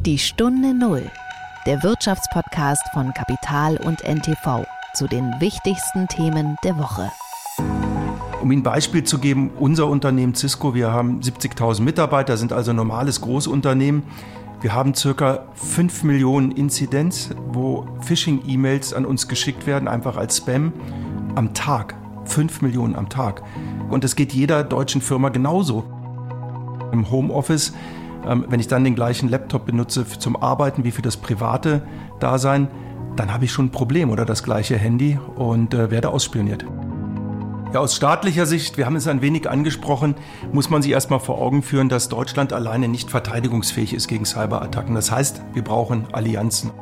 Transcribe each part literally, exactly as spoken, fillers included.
Die Stunde Null, der Wirtschaftspodcast von Kapital und N T V zu den wichtigsten Themen der Woche. Um Ihnen ein Beispiel zu geben, unser Unternehmen Cisco, wir haben siebzigtausend Mitarbeiter, sind also ein normales Großunternehmen. Wir haben circa fünf Millionen Inzidenz, wo Phishing-E-Mails an uns geschickt werden, einfach als Spam, am Tag. fünf Millionen am Tag. Und das geht jeder deutschen Firma genauso. Im Homeoffice, ähm, wenn ich dann den gleichen Laptop benutze zum Arbeiten wie für das private Dasein, dann habe ich schon ein Problem oder das gleiche Handy und äh, werde ausspioniert. Ja, aus staatlicher Sicht, wir haben es ein wenig angesprochen, muss man sich erstmal vor Augen führen, dass Deutschland alleine nicht verteidigungsfähig ist gegen Cyberattacken. Das heißt, wir brauchen Allianzen.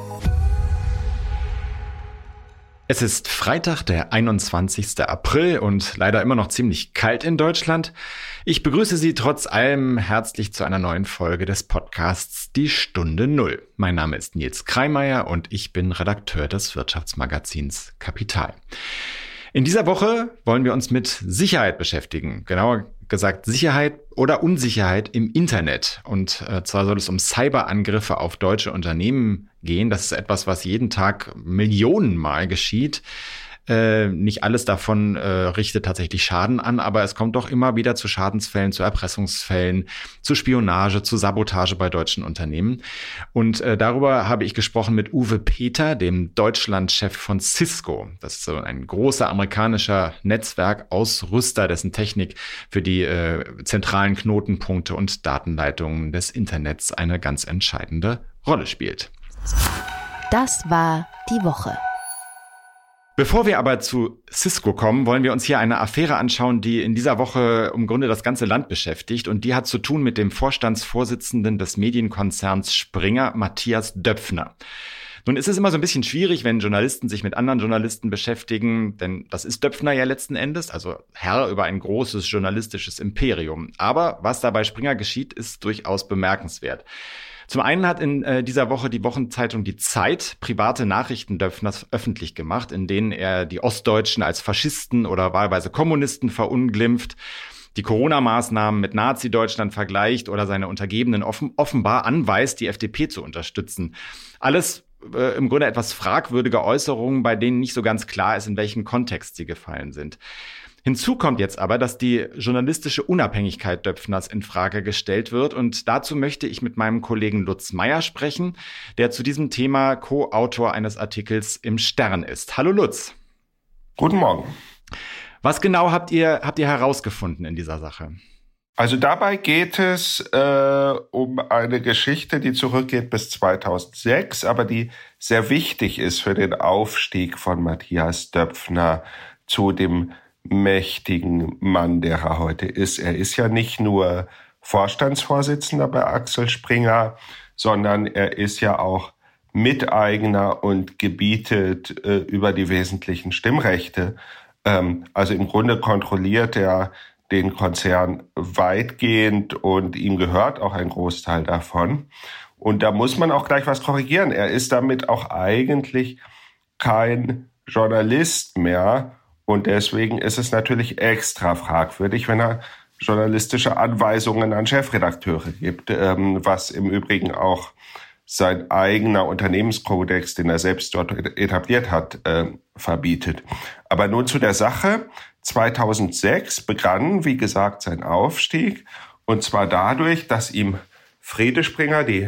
Es ist Freitag, der einundzwanzigster April und leider immer noch ziemlich kalt in Deutschland. Ich begrüße Sie trotz allem herzlich zu einer neuen Folge des Podcasts Die Stunde Null. Mein Name ist Nils Kreimeier und ich bin Redakteur des Wirtschaftsmagazins Kapital. In dieser Woche wollen wir uns mit Sicherheit beschäftigen, genauer gesagt Sicherheit oder Unsicherheit im Internet. Und äh, zwar soll es um Cyberangriffe auf deutsche Unternehmen gehen. Das ist etwas, was jeden Tag Millionenmal geschieht. Äh, nicht alles davon äh, richtet tatsächlich Schaden an, aber es kommt doch immer wieder zu Schadensfällen, zu Erpressungsfällen, zu Spionage, zu Sabotage bei deutschen Unternehmen. Und äh, darüber habe ich gesprochen mit Uwe Peter, dem Deutschlandchef von Cisco. Das ist so ein großer amerikanischer Netzwerkausrüster, dessen Technik für die äh, zentralen Knotenpunkte und Datenleitungen des Internets eine ganz entscheidende Rolle spielt. Das war die Woche. Bevor wir aber zu Cisco kommen, wollen wir uns hier eine Affäre anschauen, die in dieser Woche im Grunde das ganze Land beschäftigt. Und die hat zu tun mit dem Vorstandsvorsitzenden des Medienkonzerns Springer, Matthias Döpfner. Nun ist es immer so ein bisschen schwierig, wenn Journalisten sich mit anderen Journalisten beschäftigen, denn das ist Döpfner ja letzten Endes, also Herr über ein großes journalistisches Imperium. Aber was da bei Springer geschieht, ist durchaus bemerkenswert. Zum einen hat in äh, dieser Woche die Wochenzeitung Die Zeit private Nachrichten Döpfners öffentlich gemacht, in denen er die Ostdeutschen als Faschisten oder wahlweise Kommunisten verunglimpft, die Corona-Maßnahmen mit Nazi-Deutschland vergleicht oder seine Untergebenen offen, offenbar anweist, die F D P zu unterstützen. Alles äh, im Grunde etwas fragwürdige Äußerungen, bei denen nicht so ganz klar ist, in welchen Kontext sie gefallen sind. Hinzu kommt jetzt aber, dass die journalistische Unabhängigkeit Döpfners in Frage gestellt wird. Und dazu möchte ich mit meinem Kollegen Lutz Meyer sprechen, der zu diesem Thema Co-Autor eines Artikels im Stern ist. Hallo Lutz. Guten Morgen. Was genau habt ihr, habt ihr herausgefunden in dieser Sache? Also dabei geht es äh, um eine Geschichte, die zurückgeht bis zweitausendsechs, aber die sehr wichtig ist für den Aufstieg von Matthias Döpfner zu dem mächtigen Mann, der er heute ist. Er ist ja nicht nur Vorstandsvorsitzender bei Axel Springer, sondern er ist ja auch Miteigner und gebietet äh, über die wesentlichen Stimmrechte. Ähm, also im Grunde kontrolliert er den Konzern weitgehend und ihm gehört auch ein Großteil davon. Und da muss man auch gleich was korrigieren. Er ist damit auch eigentlich kein Journalist mehr. Und deswegen ist es natürlich extra fragwürdig, wenn er journalistische Anweisungen an Chefredakteure gibt, was im Übrigen auch sein eigener Unternehmenskodex, den er selbst dort etabliert hat, verbietet. Aber nun zu der Sache. zweitausendsechs begann, wie gesagt, sein Aufstieg. Und zwar dadurch, dass ihm Frede Springer, die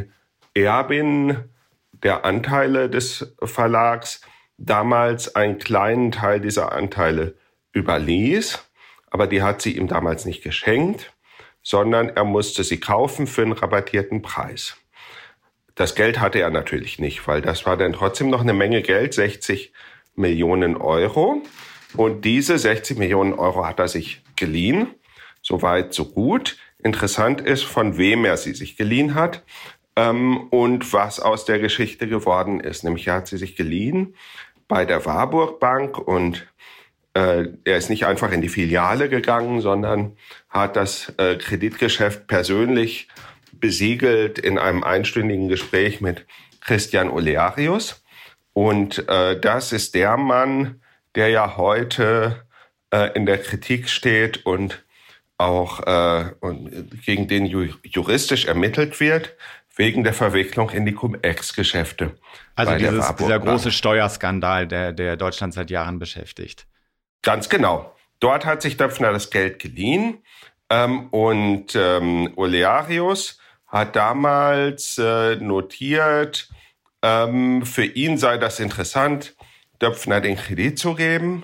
Erbin der Anteile des Verlags, damals einen kleinen Teil dieser Anteile überließ, aber die hat sie ihm damals nicht geschenkt, sondern er musste sie kaufen für einen rabattierten Preis. Das Geld hatte er natürlich nicht, weil das war dann trotzdem noch eine Menge Geld, sechzig Millionen Euro. Und diese sechzig Millionen Euro hat er sich geliehen. Soweit, so gut. Interessant ist, von wem er sie sich geliehen hat ähm, und was aus der Geschichte geworden ist. Nämlich er hat sie sich geliehen bei der Warburg Bank und äh, er ist nicht einfach in die Filiale gegangen, sondern hat das äh, Kreditgeschäft persönlich besiegelt in einem einstündigen Gespräch mit Christian Olearius. Und äh, das ist der Mann, der ja heute äh, in der Kritik steht und auch äh, und gegen den ju- juristisch ermittelt wird, wegen der Verwicklung in die Cum-Ex-Geschäfte. Also dieses, dieser große Steuerskandal, der, der Deutschland seit Jahren beschäftigt. Ganz genau. Dort hat sich Döpfner das Geld geliehen ähm, und ähm, Olearius hat damals äh, notiert, ähm, für ihn sei das interessant, Döpfner den Kredit zu geben,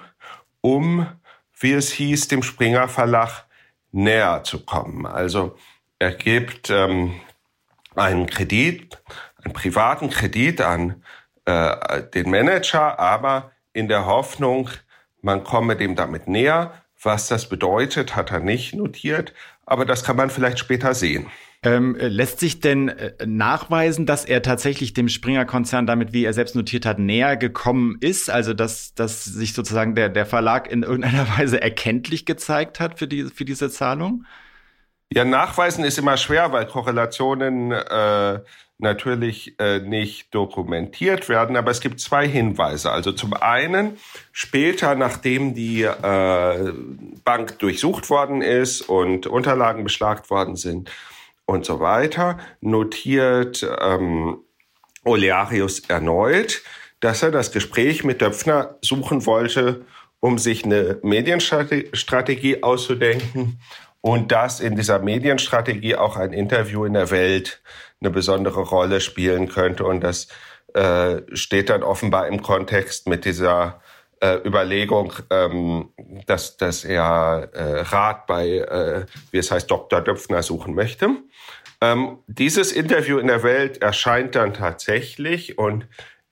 um, wie es hieß, dem Springer Verlag näher zu kommen. Also er gibt ähm, einen Kredit, einen privaten Kredit an äh, den Manager, aber in der Hoffnung, man komme dem damit näher. Was das bedeutet, hat er nicht notiert, aber das kann man vielleicht später sehen. Ähm, lässt sich denn äh, nachweisen, dass er tatsächlich dem Springer-Konzern damit, wie er selbst notiert hat, näher gekommen ist? Also dass, dass sich sozusagen der, der Verlag in irgendeiner Weise erkenntlich gezeigt hat für, die, für diese Zahlung? Ja, nachweisen ist immer schwer, weil Korrelationen äh, natürlich äh, nicht dokumentiert werden. Aber es gibt zwei Hinweise. Also zum einen, später, nachdem die äh, Bank durchsucht worden ist und Unterlagen beschlagt worden sind und so weiter, notiert ähm, Olearius erneut, dass er das Gespräch mit Döpfner suchen wollte, um sich eine Medienstrategie auszudenken. Und dass in dieser Medienstrategie auch ein Interview in der Welt eine besondere Rolle spielen könnte. Und das äh, steht dann offenbar im Kontext mit dieser äh, Überlegung, ähm, dass, dass er äh, Rat bei, äh, wie es heißt, Doktor Döpfner suchen möchte. Ähm, dieses Interview in der Welt erscheint dann tatsächlich und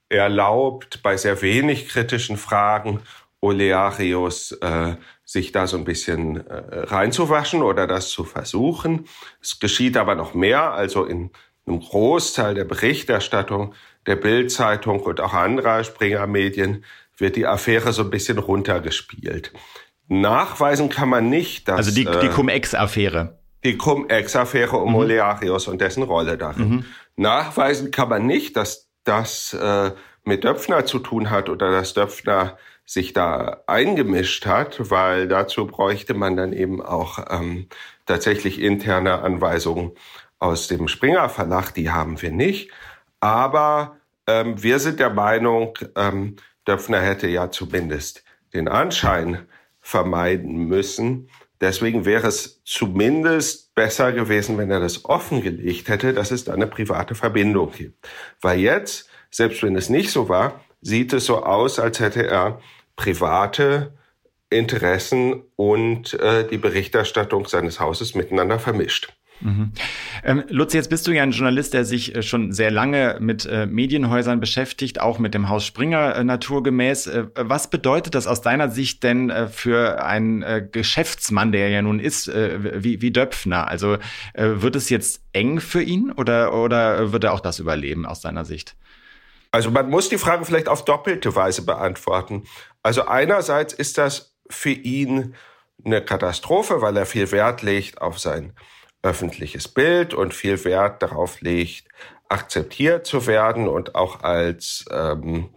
erlaubt bei sehr wenig kritischen Fragen Olearius äh, sich da so ein bisschen äh, reinzuwaschen oder das zu versuchen. Es geschieht aber noch mehr, also in einem Großteil der Berichterstattung der Bild-Zeitung und auch anderer Springer-Medien wird die Affäre so ein bisschen runtergespielt. Nachweisen kann man nicht, dass... Also die, die Cum-Ex-Affäre. Die Cum-Ex-Affäre um mhm. Olearius und dessen Rolle darin. Mhm. Nachweisen kann man nicht, dass das äh, mit Döpfner zu tun hat oder dass Döpfner sich da eingemischt hat, weil dazu bräuchte man dann eben auch ähm, tatsächlich interne Anweisungen aus dem Springer Verlag, die haben wir nicht. Aber ähm, wir sind der Meinung, ähm, Döpfner hätte ja zumindest den Anschein vermeiden müssen. Deswegen wäre es zumindest besser gewesen, wenn er das offengelegt hätte, dass es da eine private Verbindung gibt. Weil jetzt, selbst wenn es nicht so war, sieht es so aus, als hätte er private Interessen und äh, die Berichterstattung seines Hauses miteinander vermischt. Mhm. Ähm, Lutz, jetzt bist du ja ein Journalist, der sich äh, schon sehr lange mit äh, Medienhäusern beschäftigt, auch mit dem Haus Springer äh, naturgemäß. Äh, was bedeutet das aus deiner Sicht denn äh, für einen äh, Geschäftsmann, der ja nun ist, äh, wie, wie Döpfner? Also äh, wird es jetzt eng für ihn oder, oder wird er auch das überleben aus deiner Sicht? Also man muss die Frage vielleicht auf doppelte Weise beantworten. Also einerseits ist das für ihn eine Katastrophe, weil er viel Wert legt auf sein öffentliches Bild und viel Wert darauf legt, akzeptiert zu werden und auch als ähm,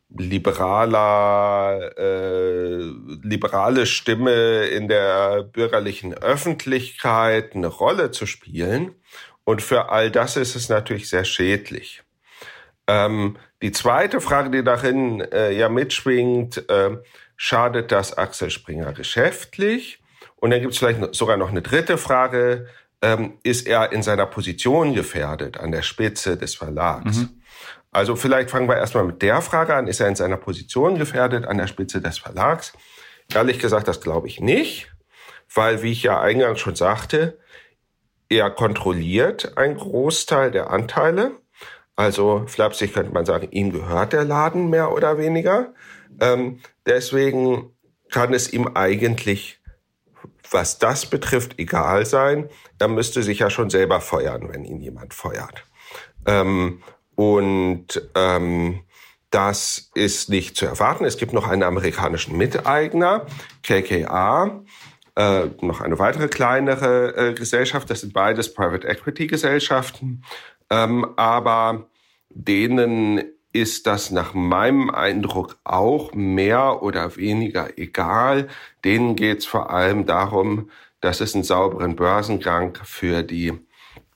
liberaler, äh, liberale Stimme in der bürgerlichen Öffentlichkeit eine Rolle zu spielen. Und für all das ist es natürlich sehr schädlich. Ähm, die zweite Frage, die darin äh, ja mitschwingt, äh, schadet das Axel Springer geschäftlich? Und dann gibt es vielleicht sogar noch eine dritte Frage, ähm, ist er in seiner Position gefährdet an der Spitze des Verlags? Mhm. Also vielleicht fangen wir erstmal mit der Frage an, ist er in seiner Position gefährdet an der Spitze des Verlags? Ehrlich gesagt, das glaube ich nicht, weil, wie ich ja eingangs schon sagte, er kontrolliert einen Großteil der Anteile. Also flapsig könnte man sagen, ihm gehört der Laden mehr oder weniger. Ähm, deswegen kann es ihm eigentlich, was das betrifft, egal sein. Er müsste sich ja schon selber feuern, wenn ihn jemand feuert. Ähm, und ähm, das ist nicht zu erwarten. Es gibt noch einen amerikanischen Miteigner, K K R, äh, noch eine weitere kleinere äh, Gesellschaft. Das sind beides Private Equity Gesellschaften. Ähm, aber denen ist das nach meinem Eindruck auch mehr oder weniger egal. Denen geht es vor allem darum, dass es einen sauberen Börsengang für die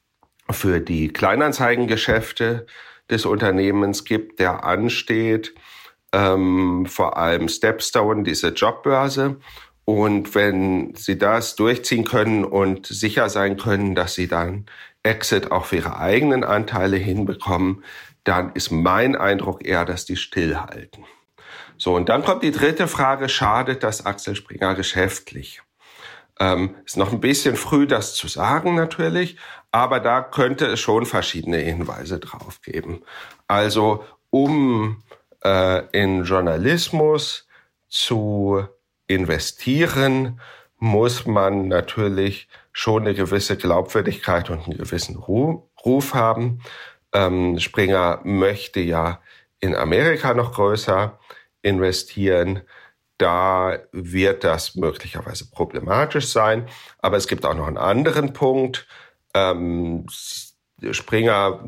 für die Kleinanzeigengeschäfte des Unternehmens gibt, der ansteht, ähm, vor allem Stepstone, diese Jobbörse. Und wenn Sie das durchziehen können und sicher sein können, dass Sie dann Exit auch für Ihre eigenen Anteile hinbekommen, dann ist mein Eindruck eher, dass die stillhalten. So, und dann kommt die dritte Frage, schadet das Axel Springer geschäftlich? Ähm, ist noch ein bisschen früh, das zu sagen natürlich, aber da könnte es schon verschiedene Hinweise drauf geben. Also, um äh, in Journalismus zu investieren, muss man natürlich schon eine gewisse Glaubwürdigkeit und einen gewissen Ruf haben. Ähm, Springer möchte ja in Amerika noch größer investieren. Da wird das möglicherweise problematisch sein. Aber es gibt auch noch einen anderen Punkt. Ähm, Springer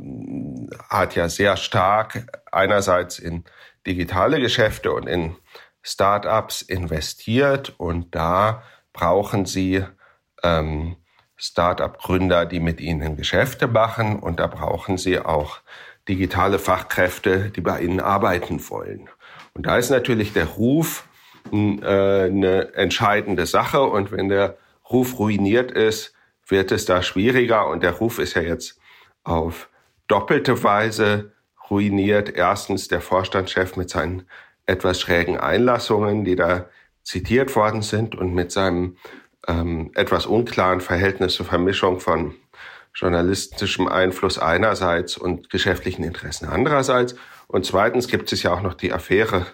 hat ja sehr stark einerseits in digitale Geschäfte und in Start-ups investiert. Und da brauchen sie ähm, Start-up-Gründer, die mit ihnen Geschäfte machen. Und da brauchen sie auch digitale Fachkräfte, die bei ihnen arbeiten wollen. Und da ist natürlich der Ruf äh, eine entscheidende Sache. Und wenn der Ruf ruiniert ist, wird es da schwieriger. Und der Ruf ist ja jetzt auf doppelte Weise ruiniert. Erstens der Vorstandschef mit seinen etwas schrägen Einlassungen, die da zitiert worden sind, und mit seinem ähm, etwas unklaren Verhältnis zur Vermischung von journalistischem Einfluss einerseits und geschäftlichen Interessen andererseits. Und zweitens gibt es ja auch noch die Affäre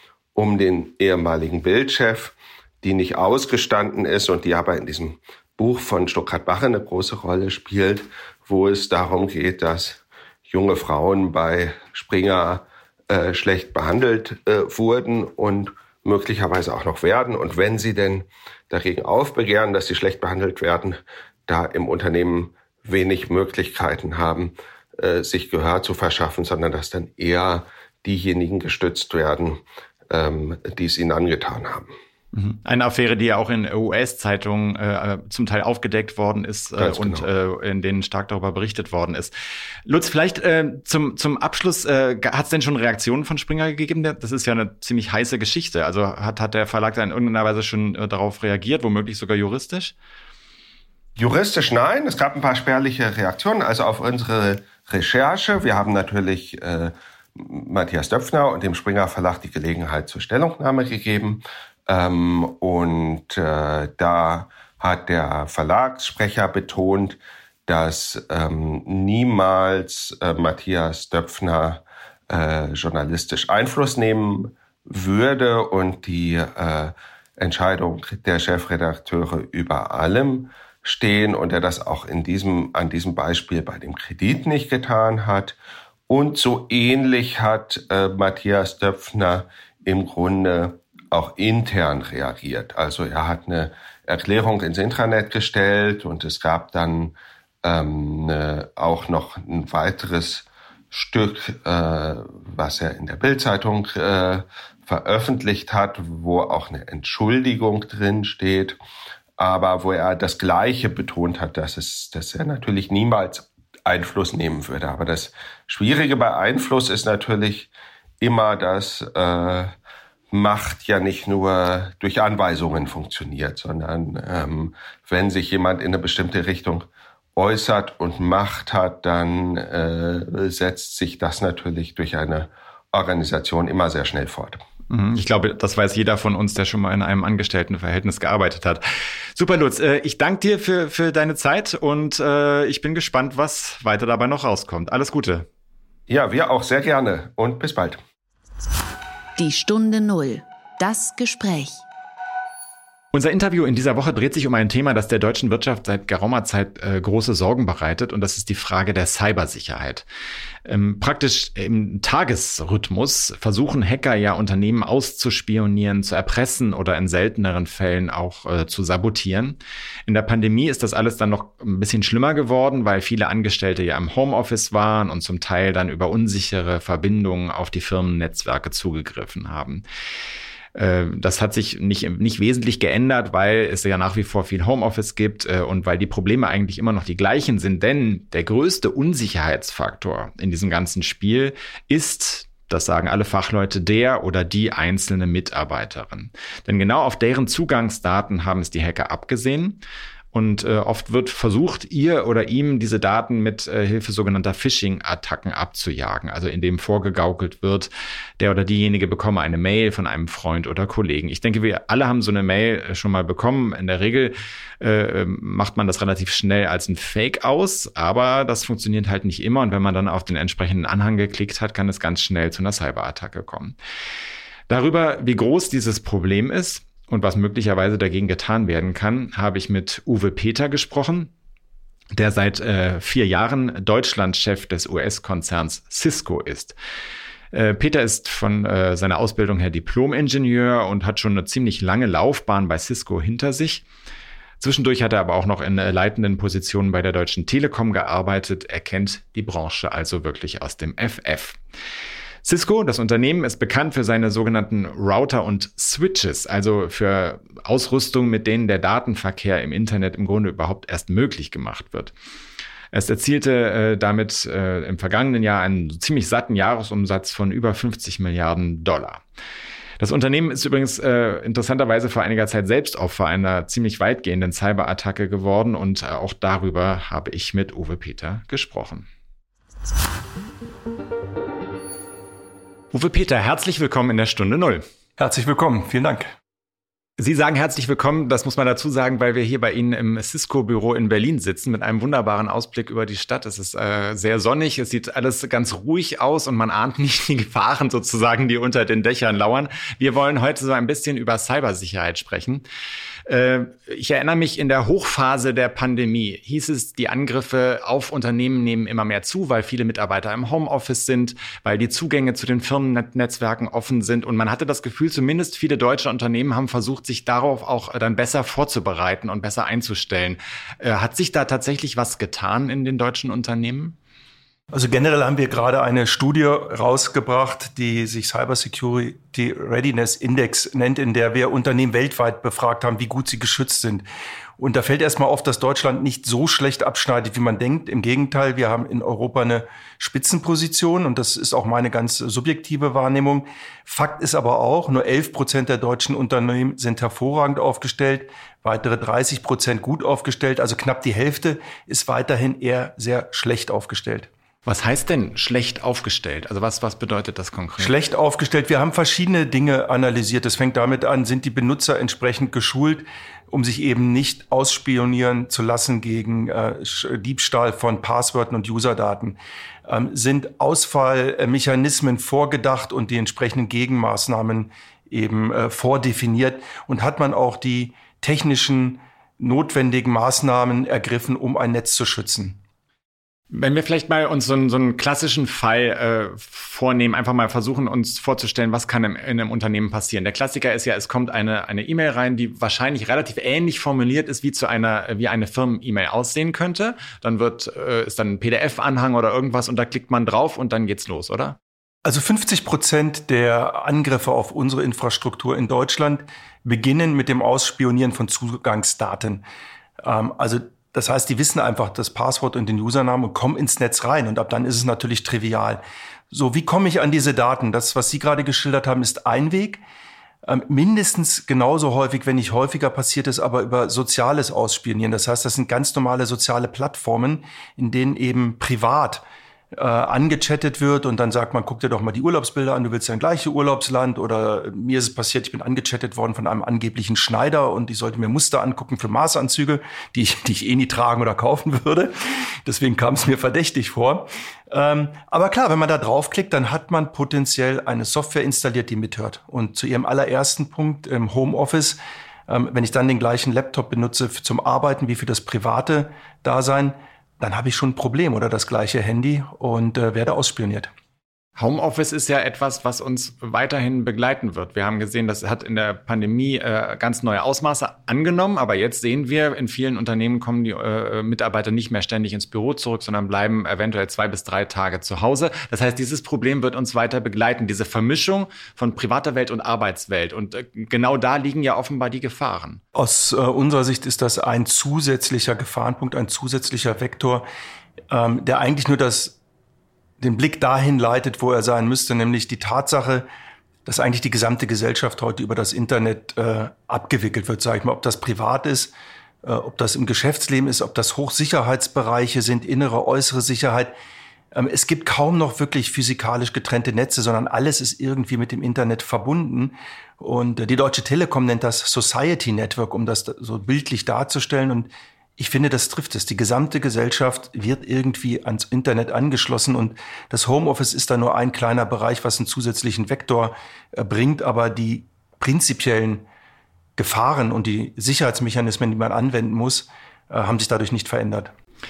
um den ehemaligen Bild-Chef, die nicht ausgestanden ist und die aber in diesem Buch von Stuckrad-Barre eine große Rolle spielt, wo es darum geht, dass junge Frauen bei Springer äh, schlecht behandelt äh, wurden und möglicherweise auch noch werden. Und wenn sie denn dagegen aufbegehren, dass sie schlecht behandelt werden, da im Unternehmen wenig Möglichkeiten haben, äh, sich Gehör zu verschaffen, sondern dass dann eher diejenigen gestützt werden, ähm, die es ihnen angetan haben. Eine Affäre, die ja auch in U S-Zeitungen äh, zum Teil aufgedeckt worden ist äh, und genau. äh, in denen stark darüber berichtet worden ist. Lutz, vielleicht äh, zum zum Abschluss, äh, hat es denn schon Reaktionen von Springer gegeben? Das ist ja eine ziemlich heiße Geschichte. Also hat hat der Verlag da in irgendeiner Weise schon äh, darauf reagiert, womöglich sogar juristisch? Juristisch nein, es gab ein paar spärliche Reaktionen, also auf unsere Recherche. Wir haben natürlich äh, Matthias Döpfner und dem Springer Verlag die Gelegenheit zur Stellungnahme gegeben. Ähm, und äh, da hat der Verlagssprecher betont, dass ähm, niemals äh, Matthias Döpfner äh, journalistisch Einfluss nehmen würde und die äh, Entscheidung der Chefredakteure über allem stehen und er das auch in diesem, an diesem Beispiel bei dem Kredit nicht getan hat. Und so ähnlich hat äh, Matthias Döpfner im Grunde auch intern reagiert. Also er hat eine Erklärung ins Intranet gestellt und es gab dann ähm, ne, auch noch ein weiteres Stück, äh, was er in der Bild-Zeitung äh, veröffentlicht hat, wo auch eine Entschuldigung drin steht, aber wo er das Gleiche betont hat, dass es, dass er natürlich niemals Einfluss nehmen würde. Aber das Schwierige bei Einfluss ist natürlich immer, dass äh, Macht ja nicht nur durch Anweisungen funktioniert, sondern ähm, wenn sich jemand in eine bestimmte Richtung äußert und Macht hat, dann äh, setzt sich das natürlich durch eine Organisation immer sehr schnell fort. Ich glaube, das weiß jeder von uns, der schon mal in einem Angestelltenverhältnis gearbeitet hat. Super, Lutz. Ich danke dir für, für deine Zeit und äh, ich bin gespannt, was weiter dabei noch rauskommt. Alles Gute. Ja, wir auch sehr gerne und bis bald. Die Stunde Null. Das Gespräch. Unser Interview in dieser Woche dreht sich um ein Thema, das der deutschen Wirtschaft seit geraumer Zeit äh, große Sorgen bereitet, und das ist die Frage der Cybersicherheit. Ähm, praktisch im Tagesrhythmus versuchen Hacker ja Unternehmen auszuspionieren, zu erpressen oder in selteneren Fällen auch äh, zu sabotieren. In der Pandemie ist das alles dann noch ein bisschen schlimmer geworden, weil viele Angestellte ja im Homeoffice waren und zum Teil dann über unsichere Verbindungen auf die Firmennetzwerke zugegriffen haben. Das hat sich nicht, nicht wesentlich geändert, weil es ja nach wie vor viel Homeoffice gibt und weil die Probleme eigentlich immer noch die gleichen sind. Denn der größte Unsicherheitsfaktor in diesem ganzen Spiel ist, das sagen alle Fachleute, der oder die einzelne Mitarbeiterin. Denn genau auf deren Zugangsdaten haben es die Hacker abgesehen. Und äh, oft wird versucht, ihr oder ihm diese Daten mit äh, Hilfe sogenannter Phishing-Attacken abzujagen. Also indem vorgegaukelt wird, der oder diejenige bekomme eine Mail von einem Freund oder Kollegen. Ich denke, wir alle haben so eine Mail schon mal bekommen. In der Regel äh, macht man das relativ schnell als ein Fake aus, aber das funktioniert halt nicht immer. Und wenn man dann auf den entsprechenden Anhang geklickt hat, kann es ganz schnell zu einer Cyberattacke kommen. Darüber, wie groß dieses Problem ist und was möglicherweise dagegen getan werden kann, habe ich mit Uwe Peter gesprochen, der seit äh, vier Jahren Deutschlandchef des U S-Konzerns Cisco ist. Äh, Peter ist von äh, seiner Ausbildung her Diplom-Ingenieur und hat schon eine ziemlich lange Laufbahn bei Cisco hinter sich. Zwischendurch hat er aber auch noch in äh, leitenden Positionen bei der Deutschen Telekom gearbeitet. Er kennt die Branche also wirklich aus dem F F. Cisco, das Unternehmen, ist bekannt für seine sogenannten Router und Switches, also für Ausrüstung, mit denen der Datenverkehr im Internet im Grunde überhaupt erst möglich gemacht wird. Es erzielte äh, damit äh, im vergangenen Jahr einen ziemlich satten Jahresumsatz von über fünfzig Milliarden Dollar. Das Unternehmen ist übrigens äh, interessanterweise vor einiger Zeit selbst Opfer einer ziemlich weitgehenden Cyberattacke geworden und äh, auch darüber habe ich mit Uwe Peter gesprochen. Uwe Peter, herzlich willkommen in der Stunde Null. Herzlich willkommen, vielen Dank. Sie sagen herzlich willkommen, das muss man dazu sagen, weil wir hier bei Ihnen im Cisco-Büro in Berlin sitzen mit einem wunderbaren Ausblick über die Stadt. Es ist äh, sehr sonnig, es sieht alles ganz ruhig aus und man ahnt nicht die Gefahren sozusagen, die unter den Dächern lauern. Wir wollen heute so ein bisschen über Cybersicherheit sprechen. Äh, ich erinnere mich, in der Hochphase der Pandemie hieß es, die Angriffe auf Unternehmen nehmen immer mehr zu, weil viele Mitarbeiter im Homeoffice sind, weil die Zugänge zu den Firmennetzwerken offen sind und man hatte das Gefühl, zumindest viele deutsche Unternehmen haben versucht, sich darauf auch dann besser vorzubereiten und besser einzustellen. Äh, hat sich da tatsächlich was getan in den deutschen Unternehmen? Also generell haben wir gerade eine Studie rausgebracht, die sich Cybersecurity Readiness Index nennt, in der wir Unternehmen weltweit befragt haben, wie gut sie geschützt sind. Und da fällt erstmal auf, dass Deutschland nicht so schlecht abschneidet, wie man denkt. Im Gegenteil, wir haben in Europa eine Spitzenposition und das ist auch meine ganz subjektive Wahrnehmung. Fakt ist aber auch, nur elf Prozent der deutschen Unternehmen sind hervorragend aufgestellt, weitere dreißig Prozent gut aufgestellt, also knapp die Hälfte ist weiterhin eher sehr schlecht aufgestellt. Was heißt denn schlecht aufgestellt? Also was, was bedeutet das konkret? Schlecht aufgestellt. Wir haben verschiedene Dinge analysiert. Das fängt damit an, sind die Benutzer entsprechend geschult, um sich eben nicht ausspionieren zu lassen gegen äh, Diebstahl von Passwörtern und Userdaten. Ähm, sind Ausfallmechanismen vorgedacht und die entsprechenden Gegenmaßnahmen eben äh, vordefiniert? Und hat man auch die technischen notwendigen Maßnahmen ergriffen, um ein Netz zu schützen? Wenn wir vielleicht mal uns so einen, so einen klassischen Fall äh, vornehmen, einfach mal versuchen, uns vorzustellen, was kann im, in einem Unternehmen passieren. Der Klassiker ist ja, es kommt eine eine E-Mail rein, die wahrscheinlich relativ ähnlich formuliert ist, wie zu einer wie eine Firmen-E-Mail aussehen könnte. Dann wird äh, ist dann ein P D F-Anhang oder irgendwas und da klickt man drauf und dann geht's los, oder? Also fünfzig Prozent der Angriffe auf unsere Infrastruktur in Deutschland beginnen mit dem Ausspionieren von Zugangsdaten. Ähm, also Das heißt, die wissen einfach das Passwort und den Usernamen und kommen ins Netz rein. Und ab dann ist es natürlich trivial. So, wie komme ich an diese Daten? Das, was Sie gerade geschildert haben, ist ein Weg. Ähm, mindestens genauso häufig, wenn nicht häufiger passiert ist, aber über soziales Ausspionieren. Das heißt, das sind ganz normale soziale Plattformen, in denen eben privat äh, angechattet wird und dann sagt man, guck dir doch mal die Urlaubsbilder an, du willst ja ein gleiches Urlaubsland oder mir ist es passiert, ich bin angechattet worden von einem angeblichen Schneider und ich sollte mir Muster angucken für Maßanzüge, die ich, die ich eh nie tragen oder kaufen würde. Deswegen kam es mir verdächtig vor. Ähm, aber klar, wenn man da draufklickt, dann hat man potenziell eine Software installiert, die mithört. Und zu Ihrem allerersten Punkt im Homeoffice, ähm, wenn ich dann den gleichen Laptop benutze zum Arbeiten wie für das private Dasein, dann habe ich schon ein Problem oder das gleiche Handy und äh, werde ausspioniert. Homeoffice ist ja etwas, was uns weiterhin begleiten wird. Wir haben gesehen, das hat in der Pandemie äh, ganz neue Ausmaße angenommen. Aber jetzt sehen wir, in vielen Unternehmen kommen die äh, Mitarbeiter nicht mehr ständig ins Büro zurück, sondern bleiben eventuell zwei bis drei Tage zu Hause. Das heißt, dieses Problem wird uns weiter begleiten, diese Vermischung von privater Welt und Arbeitswelt. Und äh, genau da liegen ja offenbar die Gefahren. Aus äh, unserer Sicht ist das ein zusätzlicher Gefahrenpunkt, ein zusätzlicher Vektor, ähm, der eigentlich nur das den Blick dahin leitet, wo er sein müsste, nämlich die Tatsache, dass eigentlich die gesamte Gesellschaft heute über das Internet äh, abgewickelt wird, sage ich mal, ob das privat ist, äh, ob das im Geschäftsleben ist, ob das Hochsicherheitsbereiche sind, innere, äußere Sicherheit. Ähm, es gibt kaum noch wirklich physikalisch getrennte Netze, sondern alles ist irgendwie mit dem Internet verbunden. Und äh, die Deutsche Telekom nennt das Society Network, um das so bildlich darzustellen. Und ich finde, das trifft es. Die gesamte Gesellschaft wird irgendwie ans Internet angeschlossen und das Homeoffice ist da nur ein kleiner Bereich, was einen zusätzlichen Vektor äh, bringt, aber die prinzipiellen Gefahren und die Sicherheitsmechanismen, die man anwenden muss, äh, haben sich dadurch nicht verändert.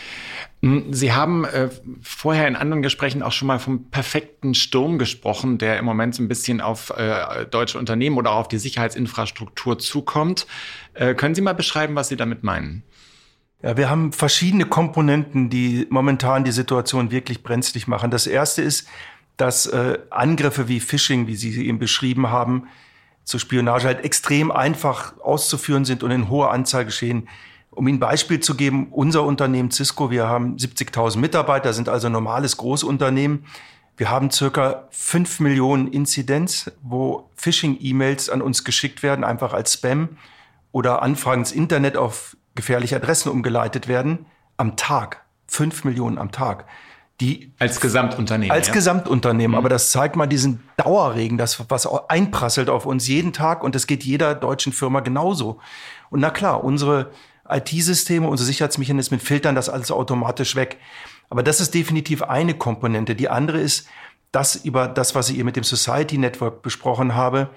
Sie haben äh, vorher in anderen Gesprächen auch schon mal vom perfekten Sturm gesprochen, der im Moment so ein bisschen auf äh, deutsche Unternehmen oder auch auf die Sicherheitsinfrastruktur zukommt. Äh, können Sie mal beschreiben, was Sie damit meinen? Ja, wir haben verschiedene Komponenten, die momentan die Situation wirklich brenzlig machen. Das erste ist, dass äh, Angriffe wie Phishing, wie Sie sie eben beschrieben haben, zur Spionage halt extrem einfach auszuführen sind und in hoher Anzahl geschehen. Um Ihnen ein Beispiel zu geben, unser Unternehmen Cisco, wir haben siebzigtausend Mitarbeiter, sind also ein normales Großunternehmen. Wir haben circa fünf Millionen Inzidenz, wo Phishing-E-Mails an uns geschickt werden, einfach als Spam oder Anfragen ins Internet auf gefährliche Adressen umgeleitet werden, am Tag. Fünf Millionen am Tag. Die als Gesamtunternehmen. Als ja? Gesamtunternehmen. Mhm. Aber das zeigt mal diesen Dauerregen, das, was einprasselt auf uns jeden Tag. Und das geht jeder deutschen Firma genauso. Und na klar, unsere I T-Systeme, unsere Sicherheitsmechanismen filtern das alles automatisch weg. Aber das ist definitiv eine Komponente. Die andere ist, dass über das, was ich hier mit dem Society Network besprochen habe,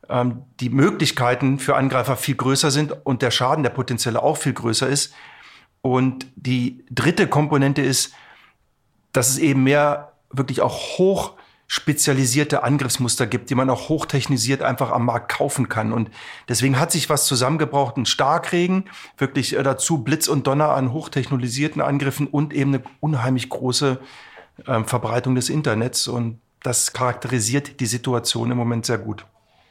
die Möglichkeiten für Angreifer viel größer sind und der Schaden, der potenzielle, auch viel größer ist. Und die dritte Komponente ist, dass es eben mehr wirklich auch hoch spezialisierte Angriffsmuster gibt, die man auch hochtechnisiert einfach am Markt kaufen kann. Und deswegen hat sich was zusammengebraucht, ein Starkregen, wirklich dazu Blitz und Donner an hochtechnologisierten Angriffen und eben eine unheimlich große äh, Verbreitung des Internets. Und das charakterisiert die Situation im Moment sehr gut.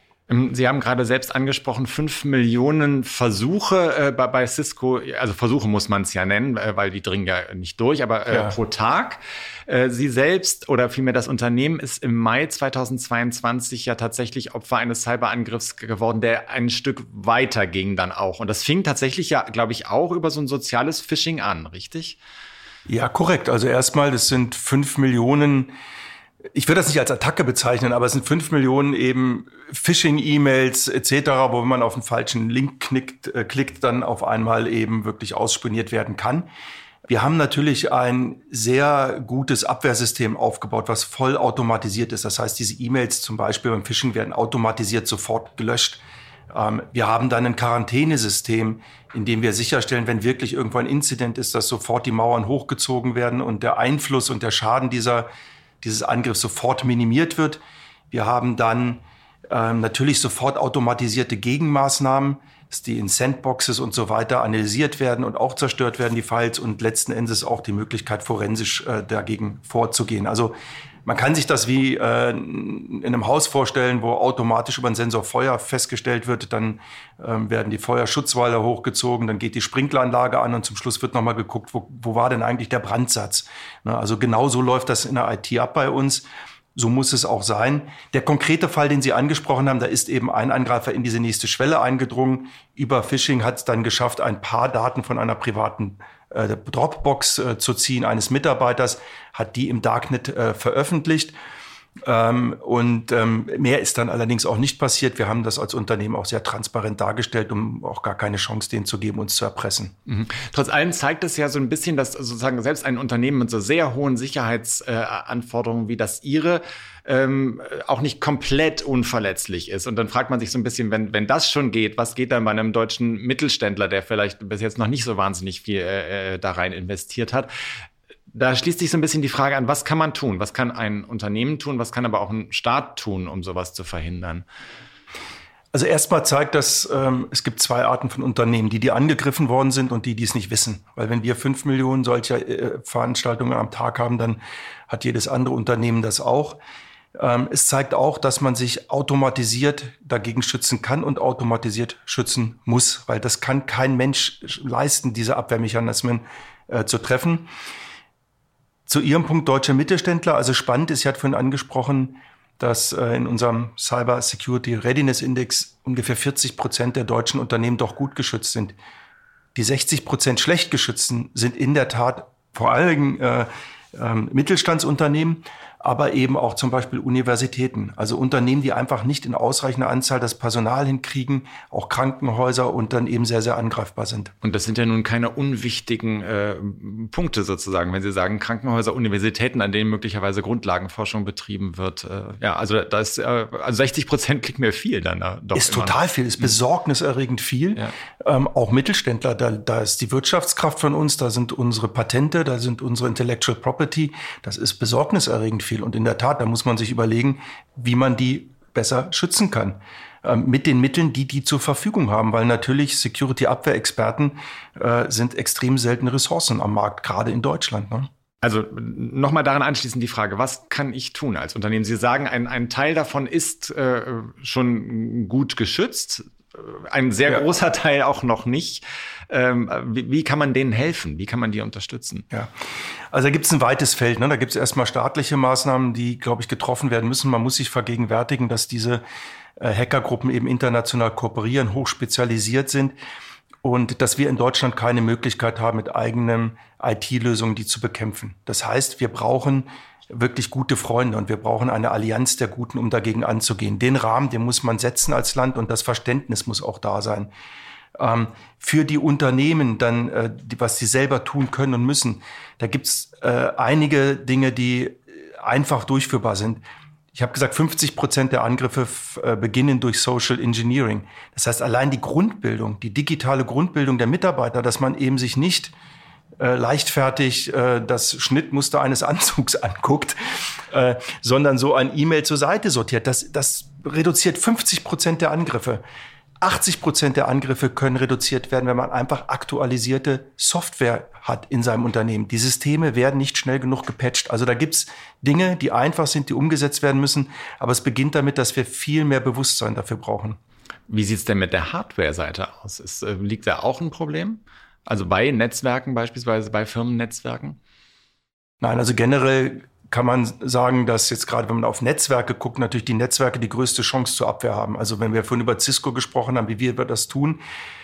Sie haben gerade selbst angesprochen, fünf Millionen Versuche äh, bei, bei Cisco, also Versuche muss man es ja nennen, äh, weil die dringen ja nicht durch, aber äh, ja. pro Tag. Äh, Sie selbst oder vielmehr das Unternehmen ist im Mai zweitausendzweiundzwanzig ja tatsächlich Opfer eines Cyberangriffs geworden, der ein Stück weiter ging dann auch. Und das fing tatsächlich ja, glaube ich, auch über so ein soziales Phishing an, richtig? Ja, korrekt. Also erstmal, das sind fünf Millionen. Ich würde das nicht als Attacke bezeichnen, aber es sind fünf Millionen eben Phishing-E-Mails et cetera, wo man auf einen falschen Link klickt, äh, klickt, dann auf einmal eben wirklich ausspioniert werden kann. Wir haben natürlich ein sehr gutes Abwehrsystem aufgebaut, was voll automatisiert ist. Das heißt, diese E-Mails zum Beispiel beim Phishing werden automatisiert sofort gelöscht. Ähm, wir haben dann ein Quarantänesystem, in dem wir sicherstellen, wenn wirklich irgendwo ein Inzident ist, dass sofort die Mauern hochgezogen werden und der Einfluss und der Schaden dieser dieses Angriffs sofort minimiert wird. Wir haben dann ähm, natürlich sofort automatisierte Gegenmaßnahmen, dass die in Sandboxes und so weiter analysiert werden und auch zerstört werden, die Files, und letzten Endes auch die Möglichkeit, forensisch äh, dagegen vorzugehen. Also man kann sich das wie äh, in einem Haus vorstellen, wo automatisch über einen Sensor Feuer festgestellt wird. Dann ähm, werden die Feuerschutzwale hochgezogen, dann geht die Sprinkleranlage an und zum Schluss wird nochmal geguckt, wo, wo war denn eigentlich der Brandsatz. Ne, also genau so läuft das in der I T ab bei uns. So muss es auch sein. Der konkrete Fall, den Sie angesprochen haben, da ist eben ein Angreifer in diese nächste Schwelle eingedrungen. Über Phishing hat es dann geschafft, ein paar Daten von einer privaten äh, Dropbox äh, zu ziehen, eines Mitarbeiters, hat die im Darknet äh, veröffentlicht. Ähm, und ähm, mehr ist dann allerdings auch nicht passiert. Wir haben das als Unternehmen auch sehr transparent dargestellt, um auch gar keine Chance denen zu geben, uns zu erpressen. Mhm. Trotz allem zeigt es ja so ein bisschen, dass sozusagen selbst ein Unternehmen mit so sehr hohen Sicherheitsanforderungen äh, wie das Ihre ähm, auch nicht komplett unverletzlich ist. Und dann fragt man sich so ein bisschen, wenn, wenn das schon geht, was geht dann bei einem deutschen Mittelständler, der vielleicht bis jetzt noch nicht so wahnsinnig viel äh, da rein investiert hat? Da schließt sich so ein bisschen die Frage an, was kann man tun? Was kann ein Unternehmen tun? Was kann aber auch ein Staat tun, um sowas zu verhindern? Also erstmal zeigt das, ähm, es gibt zwei Arten von Unternehmen, die, die angegriffen worden sind und die, die es nicht wissen. Weil wenn wir fünf Millionen solcher äh, Veranstaltungen am Tag haben, dann hat jedes andere Unternehmen das auch. Ähm, es zeigt auch, dass man sich automatisiert dagegen schützen kann und automatisiert schützen muss. Weil das kann kein Mensch leisten, diese Abwehrmechanismen äh, zu treffen. Zu Ihrem Punkt deutsche Mittelständler. Also spannend ist, ich hatte vorhin angesprochen, dass äh, in unserem Cyber Security Readiness Index ungefähr vierzig Prozent der deutschen Unternehmen doch gut geschützt sind. Die sechzig Prozent schlecht geschützten sind in der Tat vor allem äh, äh, Mittelstandsunternehmen, aber eben auch zum Beispiel Universitäten. Also Unternehmen, die einfach nicht in ausreichender Anzahl das Personal hinkriegen, auch Krankenhäuser und dann eben sehr, sehr angreifbar sind. Und das sind ja nun keine unwichtigen äh, Punkte sozusagen, wenn Sie sagen Krankenhäuser, Universitäten, an denen möglicherweise Grundlagenforschung betrieben wird. Äh, ja, also da ist, äh, also sechzig Prozent klingt mir viel dann da doch. Ist total viel, ist besorgniserregend viel. Ja. Ähm, auch Mittelständler, da, da ist die Wirtschaftskraft von uns, da sind unsere Patente, da sind unsere Intellectual Property, das ist besorgniserregend viel. Und in der Tat, da muss man sich überlegen, wie man die besser schützen kann. Ähm, mit den Mitteln, die die zur Verfügung haben. Weil natürlich Security-Abwehrexperten äh, sind extrem seltene Ressourcen am Markt, gerade in Deutschland. Ne? Also nochmal daran anschließend die Frage, was kann ich tun als Unternehmen? Sie sagen, ein, ein Teil davon ist äh, schon gut geschützt, ein sehr ja. großer Teil auch noch nicht. Ähm, wie, wie kann man denen helfen? Wie kann man die unterstützen? Ja, also da gibt es ein weites Feld. Ne? Da gibt es erstmal staatliche Maßnahmen, die, glaube ich, getroffen werden müssen. Man muss sich vergegenwärtigen, dass diese äh, Hackergruppen eben international kooperieren, hochspezialisiert sind und dass wir in Deutschland keine Möglichkeit haben, mit eigenen I T-Lösungen die zu bekämpfen. Das heißt, wir brauchen wirklich gute Freunde und wir brauchen eine Allianz der Guten, um dagegen anzugehen. Den Rahmen, den muss man setzen als Land und das Verständnis muss auch da sein. Ähm, für die Unternehmen dann, äh, die, was sie selber tun können und müssen, da gibt's äh, einige Dinge, die einfach durchführbar sind. Ich habe gesagt, fünfzig Prozent der Angriffe f- äh, beginnen durch Social Engineering. Das heißt, allein die Grundbildung, die digitale Grundbildung der Mitarbeiter, dass man eben sich nicht äh, leichtfertig äh, das Schnittmuster eines Anzugs anguckt, äh, sondern so ein E-Mail zur Seite sortiert. Das, das reduziert fünfzig Prozent der Angriffe. achtzig Prozent der Angriffe können reduziert werden, wenn man einfach aktualisierte Software hat in seinem Unternehmen. Die Systeme werden nicht schnell genug gepatcht. Also da gibt's Dinge, die einfach sind, die umgesetzt werden müssen. Aber es beginnt damit, dass wir viel mehr Bewusstsein dafür brauchen. Wie sieht's denn mit der Hardware-Seite aus? Ist, äh, liegt da auch ein Problem? Also bei Netzwerken beispielsweise, bei Firmennetzwerken? Nein, also generell kann man sagen, dass jetzt gerade, wenn man auf Netzwerke guckt, natürlich die Netzwerke die größte Chance zur Abwehr haben. Also wenn wir vorhin über Cisco gesprochen haben, wie wir das tun.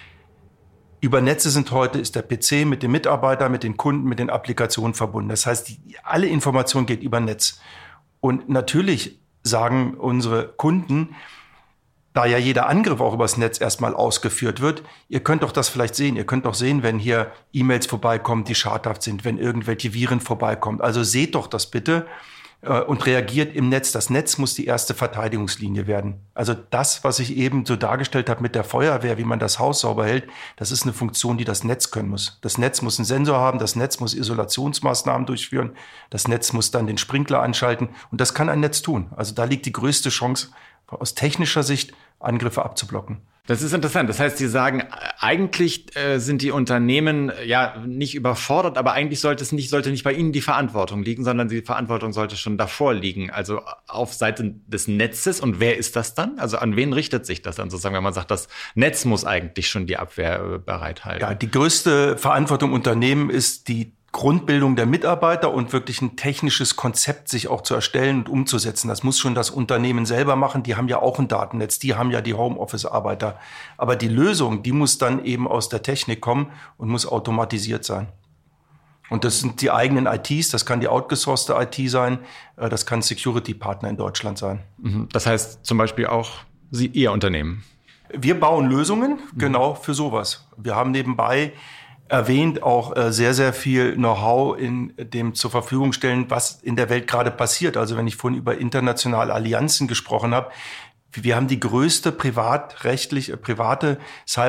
Über Netze sind heute, ist der P C mit dem Mitarbeiter, mit den Kunden, mit den Applikationen verbunden. Das heißt, die, alle Information geht über Netz. Und natürlich sagen unsere Kunden, da ja jeder Angriff auch übers Netz erstmal ausgeführt wird, ihr könnt doch das vielleicht sehen. Ihr könnt doch sehen, wenn hier E-Mails vorbeikommen, die schadhaft sind, wenn irgendwelche Viren vorbeikommen. Also seht doch das bitte äh, und reagiert im Netz. Das Netz muss die erste Verteidigungslinie werden. Also das, was ich eben so dargestellt habe mit der Feuerwehr, wie man das Haus sauber hält, das ist eine Funktion, die das Netz können muss. Das Netz muss einen Sensor haben, das Netz muss Isolationsmaßnahmen durchführen, das Netz muss dann den Sprinkler anschalten und das kann ein Netz tun. Also da liegt die größte Chance, aus technischer Sicht Angriffe abzublocken. Das ist interessant. Das heißt, Sie sagen, eigentlich äh, sind die Unternehmen ja nicht überfordert, aber eigentlich sollte es nicht, sollte nicht bei Ihnen die Verantwortung liegen, sondern die Verantwortung sollte schon davor liegen. Also auf Seite des Netzes. Und wer ist das dann? Also an wen richtet sich das dann sozusagen, wenn man sagt, das Netz muss eigentlich schon die Abwehr äh, bereithalten? Ja, die größte Verantwortung im Unternehmen ist die Grundbildung der Mitarbeiter und wirklich ein technisches Konzept sich auch zu erstellen und umzusetzen. Das muss schon das Unternehmen selber machen. Die haben ja auch ein Datennetz, die haben ja die Homeoffice-Arbeiter. Aber die Lösung, die muss dann eben aus der Technik kommen und muss automatisiert sein. Und das sind die eigenen I Ts, das kann die outgesourcete I T sein, das kann Security-Partner in Deutschland sein. Das heißt zum Beispiel auch Sie, Ihr Unternehmen? Wir bauen Lösungen genau für sowas. Wir haben nebenbei erwähnt auch äh, sehr, sehr viel Know-how in dem zur Verfügung stellen, was in der Welt gerade passiert. Also wenn ich vorhin über internationale Allianzen gesprochen habe, Wir haben die größte privatrechtliche, private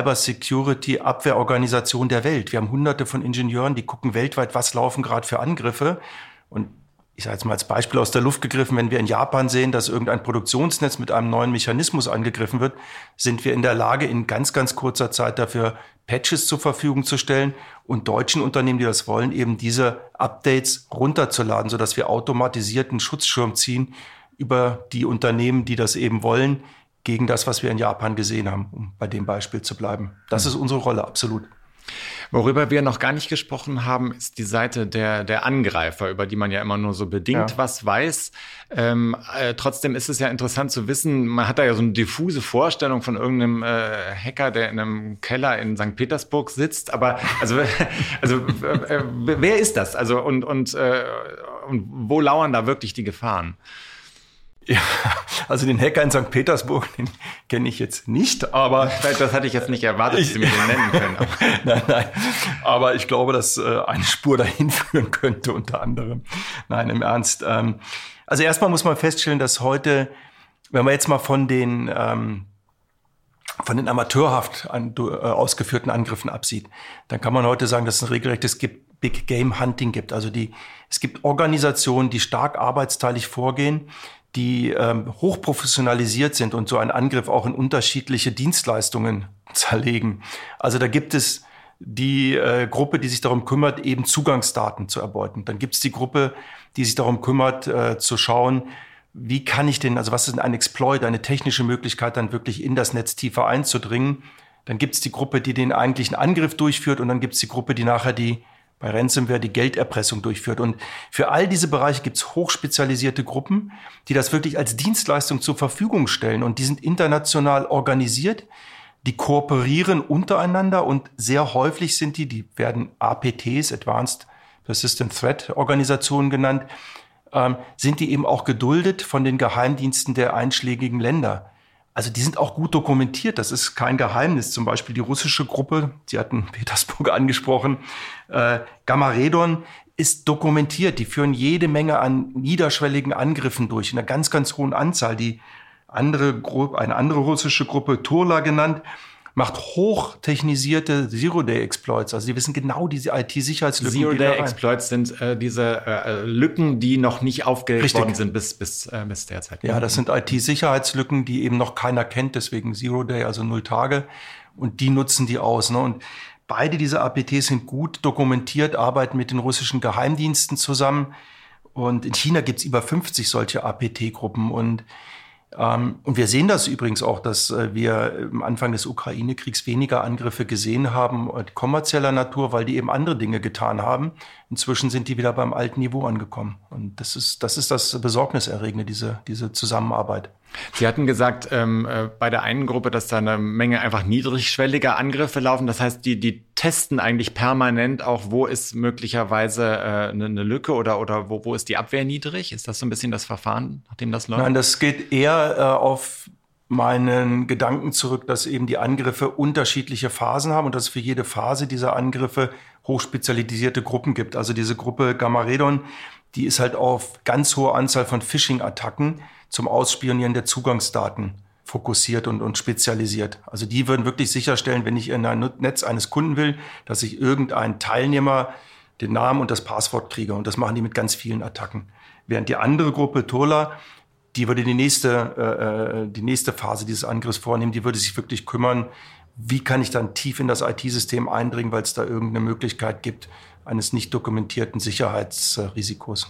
Cyber-Security-Abwehrorganisation der Welt. Wir haben hunderte von Ingenieuren, die gucken weltweit, was laufen gerade für Angriffe. Und ich sage jetzt mal als Beispiel aus der Luft gegriffen, wenn wir in Japan sehen, dass irgendein Produktionsnetz mit einem neuen Mechanismus angegriffen wird, sind wir in der Lage, in ganz, ganz kurzer Zeit dafür Patches zur Verfügung zu stellen und deutschen Unternehmen, die das wollen, eben diese Updates runterzuladen, sodass wir automatisierten Schutzschirm ziehen über die Unternehmen, die das eben wollen, gegen das, was wir in Japan gesehen haben, um bei dem Beispiel zu bleiben. Das ist unsere Rolle, absolut. Worüber wir noch gar nicht gesprochen haben, ist die Seite der, der Angreifer, über die man ja immer nur so bedingt ja. was weiß. Ähm, äh, trotzdem ist es ja interessant zu wissen, man hat da ja so eine diffuse Vorstellung von irgendeinem äh, Hacker, der in einem Keller in Sankt Petersburg sitzt. Aber also, also äh, wer ist das? Also und, und, äh, und wo lauern da wirklich die Gefahren? Ja, also den Hacker in Sankt Petersburg, den kenne ich jetzt nicht, aber... Das hatte ich jetzt nicht erwartet, dass Sie mir den nennen können. nein, nein, aber ich glaube, dass äh, eine Spur dahin führen könnte, unter anderem. Nein, im Ernst. Ähm, also erstmal muss man feststellen, dass heute, wenn man jetzt mal von den, ähm, von den amateurhaft an, äh, ausgeführten Angriffen absieht, dann kann man heute sagen, dass es ein regelrechtes Big Game Hunting gibt. Also die, es gibt Organisationen, die stark arbeitsteilig vorgehen, die ähm, hochprofessionalisiert sind und so einen Angriff auch in unterschiedliche Dienstleistungen zerlegen. Also da gibt es die äh, Gruppe, die sich darum kümmert, eben Zugangsdaten zu erbeuten. Dann gibt es die Gruppe, die sich darum kümmert, äh, zu schauen, wie kann ich denn, also was ist denn ein Exploit, eine technische Möglichkeit, dann wirklich in das Netz tiefer einzudringen. Dann gibt es die Gruppe, die den eigentlichen Angriff durchführt und dann gibt es die Gruppe, die nachher die bei Ransomware die Gelderpressung durchführt. Und für all diese Bereiche gibt es hochspezialisierte Gruppen, die das wirklich als Dienstleistung zur Verfügung stellen. Und die sind international organisiert, die kooperieren untereinander und sehr häufig sind die, die werden A P Ts, Advanced Persistent Threat Organisationen genannt, ähm, sind die eben auch geduldet von den Geheimdiensten der einschlägigen Länder. Also die sind auch gut dokumentiert, das ist kein Geheimnis. Zum Beispiel die russische Gruppe, Sie hatten Petersburg angesprochen, äh, Gamaredon ist dokumentiert. Die führen jede Menge an niederschwelligen Angriffen durch, in einer ganz, ganz hohen Anzahl. Die andere Gruppe, eine andere russische Gruppe, Turla genannt, macht hochtechnisierte Zero-Day-Exploits. Also die wissen genau diese I T-Sicherheitslücken. Zero-Day-Exploits sind äh, diese äh, Lücken, die noch nicht aufgedeckt worden sind bis, bis, äh, bis derzeit. Ja, das sind I T-Sicherheitslücken, die eben noch keiner kennt, deswegen Zero-Day, also null Tage. Und die nutzen die aus. Ne? Und beide diese A P Ts sind gut dokumentiert, arbeiten mit den russischen Geheimdiensten zusammen. Und in China gibt's über fünfzig solche A P T-Gruppen. Und Ähm, und wir sehen das übrigens auch, dass äh, wir am Anfang des Ukraine-Kriegs weniger Angriffe gesehen haben, äh, kommerzieller Natur, weil die eben andere Dinge getan haben. Inzwischen sind die wieder beim alten Niveau angekommen. Und das ist das, ist das Besorgniserregende, diese, diese Zusammenarbeit. Sie hatten gesagt, ähm, äh, bei der einen Gruppe, dass da eine Menge einfach niedrigschwelliger Angriffe laufen. Das heißt, die, die testen eigentlich permanent auch, wo ist möglicherweise äh, eine, eine Lücke oder, oder wo, wo ist die Abwehr niedrig? Ist das so ein bisschen das Verfahren, nachdem das läuft? Nein, das geht eher äh, auf meinen Gedanken zurück, dass eben die Angriffe unterschiedliche Phasen haben und dass es für jede Phase dieser Angriffe hochspezialisierte Gruppen gibt. Also diese Gruppe Gamaredon, die ist halt auf ganz hohe Anzahl von Phishing-Attacken zum Ausspionieren der Zugangsdaten fokussiert und, und spezialisiert. Also die würden wirklich sicherstellen, wenn ich in ein Netz eines Kunden will, dass ich irgendeinen Teilnehmer den Namen und das Passwort kriege. Und das machen die mit ganz vielen Attacken. Während die andere Gruppe, Turla, die würde die nächste, äh, die nächste Phase dieses Angriffs vornehmen. Die würde sich wirklich kümmern, wie kann ich dann tief in das I T-System eindringen, weil es da irgendeine Möglichkeit gibt eines nicht dokumentierten Sicherheitsrisikos.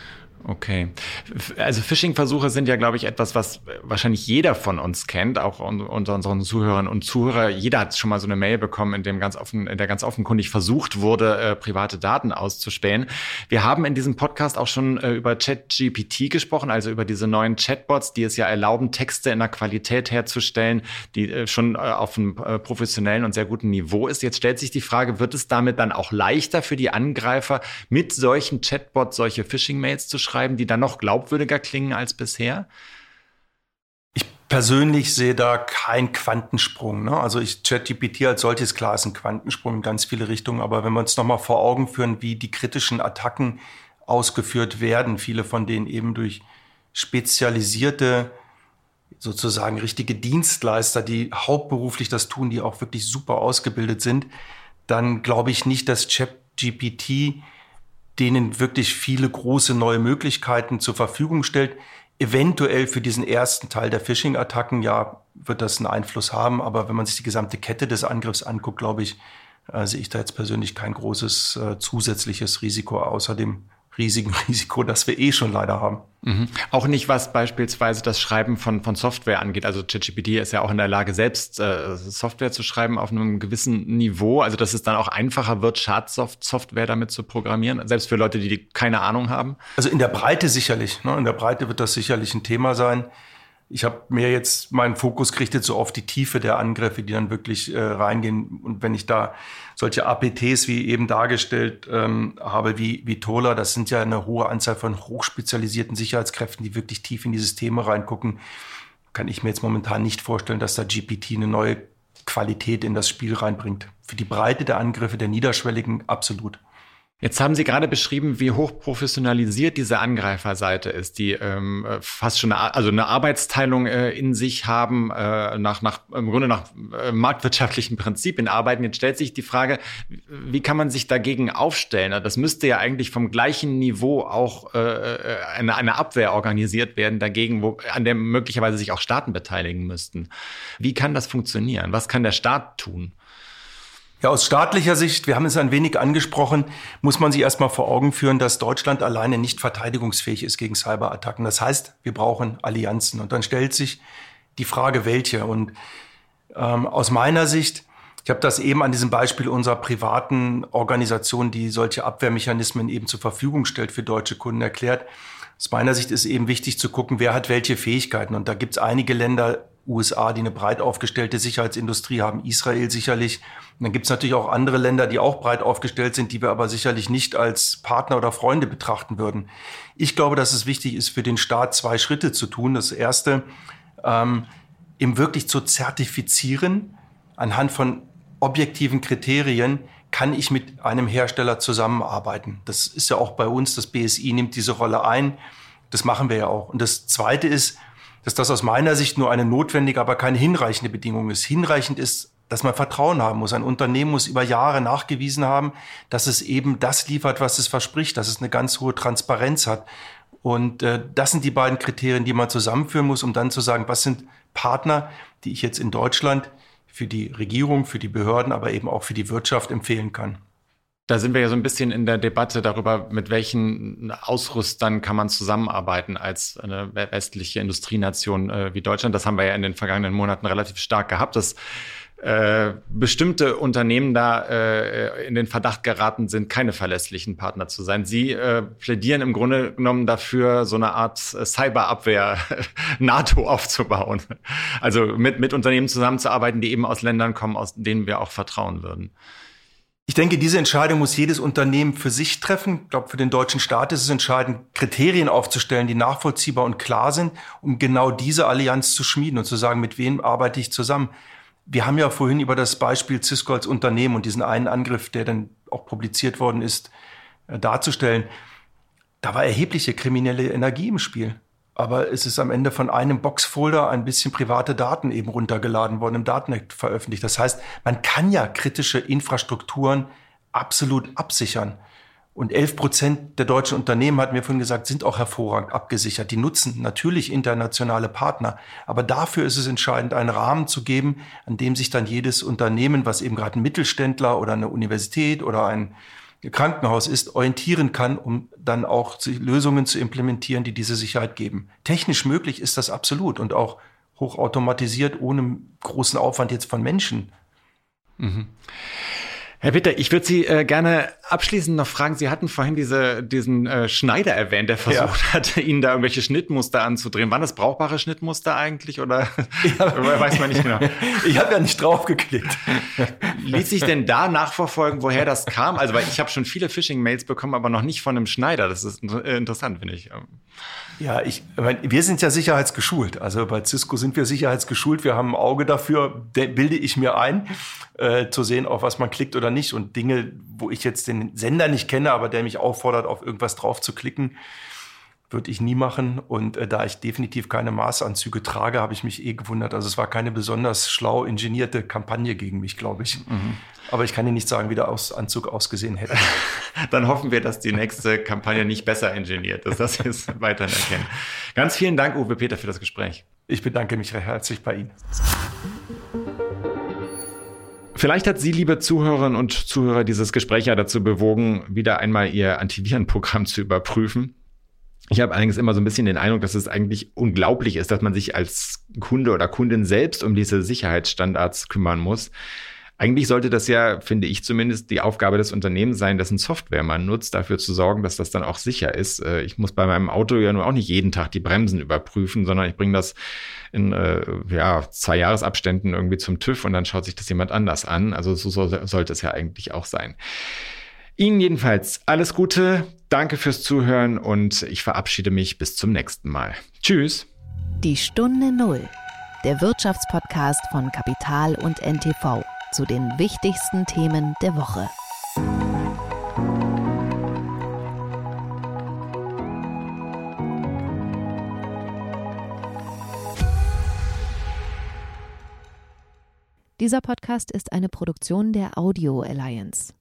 Okay. Also Phishing-Versuche sind ja, glaube ich, etwas, was wahrscheinlich jeder von uns kennt, auch unter unseren Zuhörern und Zuhörer. Jeder hat schon mal so eine Mail bekommen, in dem ganz offen, in der ganz offenkundig versucht wurde, äh, private Daten auszuspähen. Wir haben in diesem Podcast auch schon äh, über ChatGPT gesprochen, also über diese neuen Chatbots, die es ja erlauben, Texte in einer Qualität herzustellen, die äh, schon äh, auf einem äh, professionellen und sehr guten Niveau ist. Jetzt stellt sich die Frage, wird es damit dann auch leichter für die Angreifer, mit solchen Chatbots solche Phishing-Mails zu schreiben, die dann noch glaubwürdiger klingen als bisher? Ich persönlich sehe da keinen Quantensprung. Ne? Also ich ChatGPT als solches, klar, ist ein Quantensprung in ganz viele Richtungen. Aber wenn wir uns noch mal vor Augen führen, wie die kritischen Attacken ausgeführt werden, viele von denen eben durch spezialisierte sozusagen richtige Dienstleister, die hauptberuflich das tun, die auch wirklich super ausgebildet sind, dann glaube ich nicht, dass ChatGPT denen wirklich viele große neue Möglichkeiten zur Verfügung stellt. Eventuell für diesen ersten Teil der Phishing-Attacken, ja, wird das einen Einfluss haben. Aber wenn man sich die gesamte Kette des Angriffs anguckt, glaube ich, äh, sehe ich da jetzt persönlich kein großes äh, zusätzliches Risiko außer dem riesigen Risiko, das wir eh schon leider haben. Mhm. Auch nicht, was beispielsweise das Schreiben von, von Software angeht. Also ChatGPT ist ja auch in der Lage, selbst äh, Software zu schreiben auf einem gewissen Niveau. Also dass es dann auch einfacher wird, Schadsoftware damit zu programmieren, selbst für Leute, die keine Ahnung haben. Also in der Breite sicherlich. Ne? In der Breite wird das sicherlich ein Thema sein. Ich habe mir jetzt meinen Fokus gerichtet so auf die Tiefe der Angriffe, die dann wirklich äh, reingehen. Und wenn ich da solche A P Ts wie eben dargestellt ähm, habe, wie, wie Tola, das sind ja eine hohe Anzahl von hochspezialisierten Sicherheitskräften, die wirklich tief in die Systeme reingucken, kann ich mir jetzt momentan nicht vorstellen, dass da G P T eine neue Qualität in das Spiel reinbringt. Für die Breite der Angriffe, der niederschwelligen, absolut. Jetzt haben Sie gerade beschrieben, wie hoch professionalisiert diese Angreiferseite ist, die ähm, fast schon eine, also eine Arbeitsteilung äh, in sich haben, äh, nach, nach im Grunde nach äh, marktwirtschaftlichen Prinzipien arbeiten. Jetzt stellt sich die Frage, wie kann man sich dagegen aufstellen? Das müsste ja eigentlich vom gleichen Niveau auch äh, eine, eine Abwehr organisiert werden dagegen, wo, an der möglicherweise sich auch Staaten beteiligen müssten. Wie kann das funktionieren? Was kann der Staat tun? Ja, aus staatlicher Sicht, wir haben es ein wenig angesprochen, muss man sich erstmal vor Augen führen, dass Deutschland alleine nicht verteidigungsfähig ist gegen Cyberattacken. Das heißt, wir brauchen Allianzen. Und dann stellt sich die Frage, welche. Und ähm, aus meiner Sicht, ich habe das eben an diesem Beispiel unserer privaten Organisation, die solche Abwehrmechanismen eben zur Verfügung stellt für deutsche Kunden, erklärt. Aus meiner Sicht ist eben wichtig zu gucken, wer hat welche Fähigkeiten. Und da gibt es einige Länder, U S A, die eine breit aufgestellte Sicherheitsindustrie haben, Israel sicherlich. Und dann gibt es natürlich auch andere Länder, die auch breit aufgestellt sind, die wir aber sicherlich nicht als Partner oder Freunde betrachten würden. Ich glaube, dass es wichtig ist, für den Staat zwei Schritte zu tun. Das erste, ähm, eben wirklich zu zertifizieren, anhand von objektiven Kriterien, kann ich mit einem Hersteller zusammenarbeiten. Das ist ja auch bei uns, das B S I nimmt diese Rolle ein. Das machen wir ja auch. Und das Zweite ist, dass das aus meiner Sicht nur eine notwendige, aber keine hinreichende Bedingung ist. Hinreichend ist, dass man Vertrauen haben muss. Ein Unternehmen muss über Jahre nachgewiesen haben, dass es eben das liefert, was es verspricht, dass es eine ganz hohe Transparenz hat. Und äh, das sind die beiden Kriterien, die man zusammenführen muss, um dann zu sagen, was sind Partner, die ich jetzt in Deutschland für die Regierung, für die Behörden, aber eben auch für die Wirtschaft empfehlen kann. Da sind wir ja so ein bisschen in der Debatte darüber, mit welchen Ausrüstern kann man zusammenarbeiten als eine westliche Industrienation äh, wie Deutschland. Das haben wir ja in den vergangenen Monaten relativ stark gehabt, dass äh, bestimmte Unternehmen da äh, in den Verdacht geraten sind, keine verlässlichen Partner zu sein. Sie äh, plädieren im Grunde genommen dafür, so eine Art Cyberabwehr NATO aufzubauen. Also mit, mit Unternehmen zusammenzuarbeiten, die eben aus Ländern kommen, aus denen wir auch vertrauen würden. Ich denke, diese Entscheidung muss jedes Unternehmen für sich treffen. Ich glaube, für den deutschen Staat ist es entscheidend, Kriterien aufzustellen, die nachvollziehbar und klar sind, um genau diese Allianz zu schmieden und zu sagen, mit wem arbeite ich zusammen. Wir haben ja vorhin über das Beispiel Cisco als Unternehmen und diesen einen Angriff, der dann auch publiziert worden ist, darzustellen. Da war erhebliche kriminelle Energie im Spiel. Aber es ist am Ende von einem Boxfolder ein bisschen private Daten eben runtergeladen worden, im Datenleck veröffentlicht. Das heißt, man kann ja kritische Infrastrukturen absolut absichern. Und elf Prozent der deutschen Unternehmen, hatten wir vorhin gesagt, sind auch hervorragend abgesichert. Die nutzen natürlich internationale Partner. Aber dafür ist es entscheidend, einen Rahmen zu geben, an dem sich dann jedes Unternehmen, was eben gerade ein Mittelständler oder eine Universität oder ein Krankenhaus ist, orientieren kann, um dann auch Lösungen zu implementieren, die diese Sicherheit geben. Technisch möglich ist das absolut und auch hochautomatisiert, ohne großen Aufwand jetzt von Menschen. Mhm. Herr Witter, ich würde Sie äh, gerne abschließend noch fragen, Sie hatten vorhin diese, diesen äh, Schneider erwähnt, der versucht ja. hat, Ihnen da irgendwelche Schnittmuster anzudrehen. Waren das brauchbare Schnittmuster eigentlich oder ja. weiß man nicht genau? Ich habe ja nicht draufgeklickt. Ließ sich denn da nachverfolgen, woher das kam? Also weil ich habe schon viele Phishing-Mails bekommen, aber noch nicht von einem Schneider. Das ist interessant, finde ich. Ja, ich, wir sind ja sicherheitsgeschult. Also bei Cisco sind wir sicherheitsgeschult. Wir haben ein Auge dafür, bilde ich mir ein, äh, zu sehen, auf was man klickt oder nicht. Und Dinge, wo ich jetzt den Sender nicht kenne, aber der mich auffordert, auf irgendwas drauf zu klicken, würde ich nie machen. Und äh, da ich definitiv keine Maßanzüge trage, habe ich mich eh gewundert. Also es war keine besonders schlau ingenierte Kampagne gegen mich, glaube ich. Mhm. Aber ich kann Ihnen nicht sagen, wie der Aus- Anzug ausgesehen hätte. Dann hoffen wir, dass die nächste Kampagne nicht besser ingeniert ist, dass wir es weiterhin erkennen. Ganz vielen Dank, Uwe Peter, für das Gespräch. Ich bedanke mich herzlich bei Ihnen. Vielleicht hat Sie, liebe Zuhörerinnen und Zuhörer, dieses Gespräch ja dazu bewogen, wieder einmal Ihr Antivirenprogramm zu überprüfen. Ich habe allerdings immer so ein bisschen den Eindruck, dass es eigentlich unglaublich ist, dass man sich als Kunde oder Kundin selbst um diese Sicherheitsstandards kümmern muss. Eigentlich sollte das ja, finde ich zumindest, die Aufgabe des Unternehmens sein, dessen Software man nutzt, dafür zu sorgen, dass das dann auch sicher ist. Ich muss bei meinem Auto ja nur auch nicht jeden Tag die Bremsen überprüfen, sondern ich bringe das in äh, ja, zwei Jahresabständen irgendwie zum TÜV und dann schaut sich das jemand anders an. Also so soll, sollte es ja eigentlich auch sein. Ihnen jedenfalls alles Gute, danke fürs Zuhören und ich verabschiede mich bis zum nächsten Mal. Tschüss. Die Stunde Null, der Wirtschaftspodcast von Kapital und N T V zu den wichtigsten Themen der Woche. Dieser Podcast ist eine Produktion der Audio Alliance.